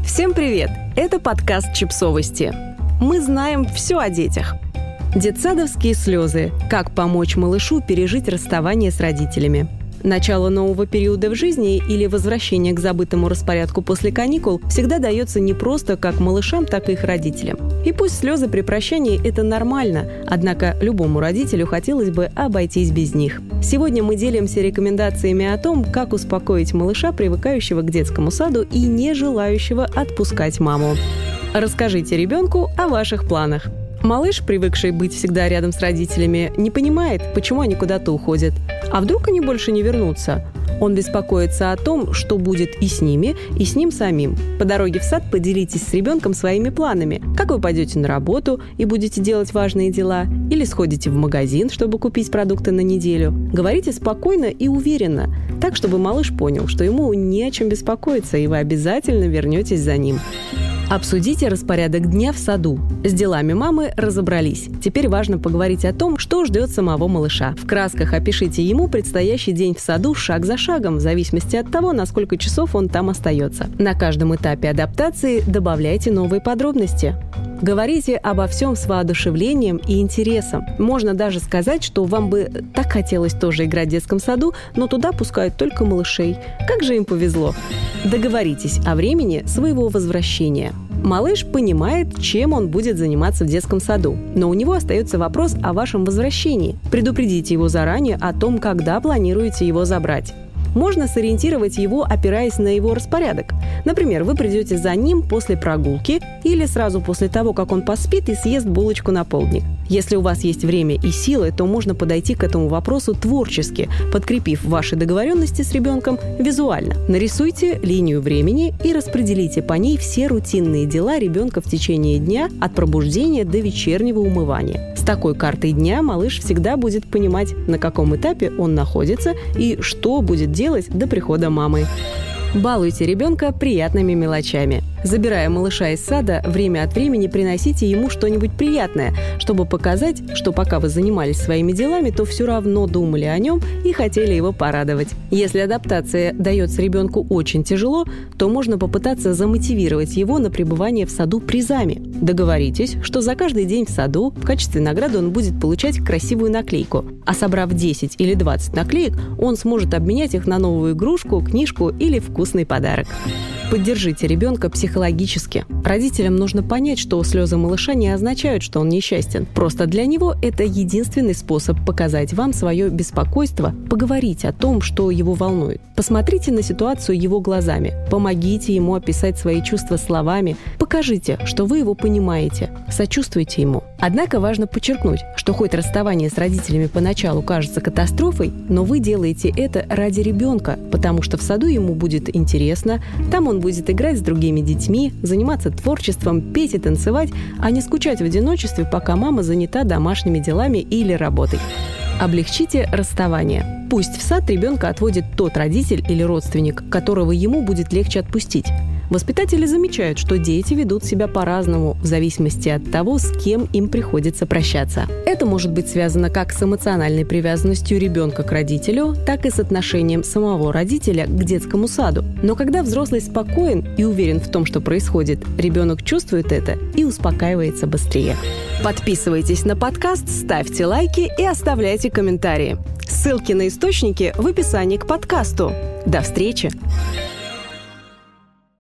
Всем привет! Это подкаст «Чипсовости». Мы знаем все о детях. Детсадовские слезы. Как помочь малышу пережить расставание с родителями. Начало нового периода в жизни или возвращение к забытому распорядку после каникул всегда дается не просто как малышам, так и их родителям. И пусть слезы при прощании – это нормально, однако любому родителю хотелось бы обойтись без них. Сегодня мы делимся рекомендациями о том, как успокоить малыша, привыкающего к детскому саду и не желающего отпускать маму. Расскажите ребенку о ваших планах. Малыш, привыкший быть всегда рядом с родителями, не понимает, почему они куда-то уходят. А вдруг они больше не вернутся? Он беспокоится о том, что будет и с ними, и с ним самим. По дороге в сад поделитесь с ребенком своими планами. Как вы пойдете на работу и будете делать важные дела? Или сходите в магазин, чтобы купить продукты на неделю? Говорите спокойно и уверенно, так, чтобы малыш понял, что ему не о чем беспокоиться, и вы обязательно вернетесь за ним. Обсудите распорядок дня в саду. С делами мамы разобрались. Теперь важно поговорить о том, что ждет самого малыша. В красках опишите ему предстоящий день в саду шаг за шагом, в зависимости от того, на сколько часов он там остается. На каждом этапе адаптации добавляйте новые подробности. Говорите обо всем с воодушевлением и интересом. Можно даже сказать, что вам бы так хотелось тоже играть в детском саду, но туда пускают только малышей. Как же им повезло. Договоритесь о времени своего возвращения. Малыш понимает, чем он будет заниматься в детском саду, но у него остается вопрос о вашем возвращении. Предупредите его заранее о том, когда планируете его забрать. Можно сориентировать его, опираясь на его распорядок. Например, вы придете за ним после прогулки или сразу после того, как он поспит и съест булочку на полдник. Если у вас есть время и силы, то можно подойти к этому вопросу творчески, подкрепив ваши договоренности с ребенком визуально. Нарисуйте линию времени и распределите по ней все рутинные дела ребенка в течение дня от пробуждения до вечернего умывания. С такой картой дня малыш всегда будет понимать, на каком этапе он находится и что будет делать до прихода мамы. Балуйте ребенка приятными мелочами. Забирая малыша из сада, время от времени приносите ему что-нибудь приятное, чтобы показать, что пока вы занимались своими делами, то все равно думали о нем и хотели его порадовать. Если адаптация дается ребенку очень тяжело, то можно попытаться замотивировать его на пребывание в саду призами. Договоритесь, что за каждый день в саду в качестве награды он будет получать красивую наклейку, а собрав 10 или 20 наклеек, он сможет обменять их на новую игрушку, книжку или вкусный подарок. Поддержите ребенка психологически. Родителям нужно понять, что слезы малыша не означают, что он несчастен. Просто для него это единственный способ показать вам свое беспокойство, поговорить о том, что его волнует. Посмотрите на ситуацию его глазами. Помогите ему описать свои чувства словами. Покажите, что вы его понимаете. Сочувствуйте ему. Однако важно подчеркнуть, что хоть расставание с родителями поначалу кажется катастрофой, но вы делаете это ради ребенка, потому что в саду ему будет интересно, там он будет играть с другими детьми, заниматься творчеством, петь и танцевать, а не скучать в одиночестве, пока мама занята домашними делами или работой. Облегчите расставание. Пусть в сад ребенка отводит тот родитель или родственник, которого ему будет легче отпустить. Воспитатели замечают, что дети ведут себя по-разному в зависимости от того, с кем им приходится прощаться. Это может быть связано как с эмоциональной привязанностью ребенка к родителю, так и с отношением самого родителя к детскому саду. Но когда взрослый спокоен и уверен в том, что происходит, ребенок чувствует это и успокаивается быстрее. Подписывайтесь на подкаст, ставьте лайки и оставляйте комментарии. Ссылки на источники в описании к подкасту. До встречи!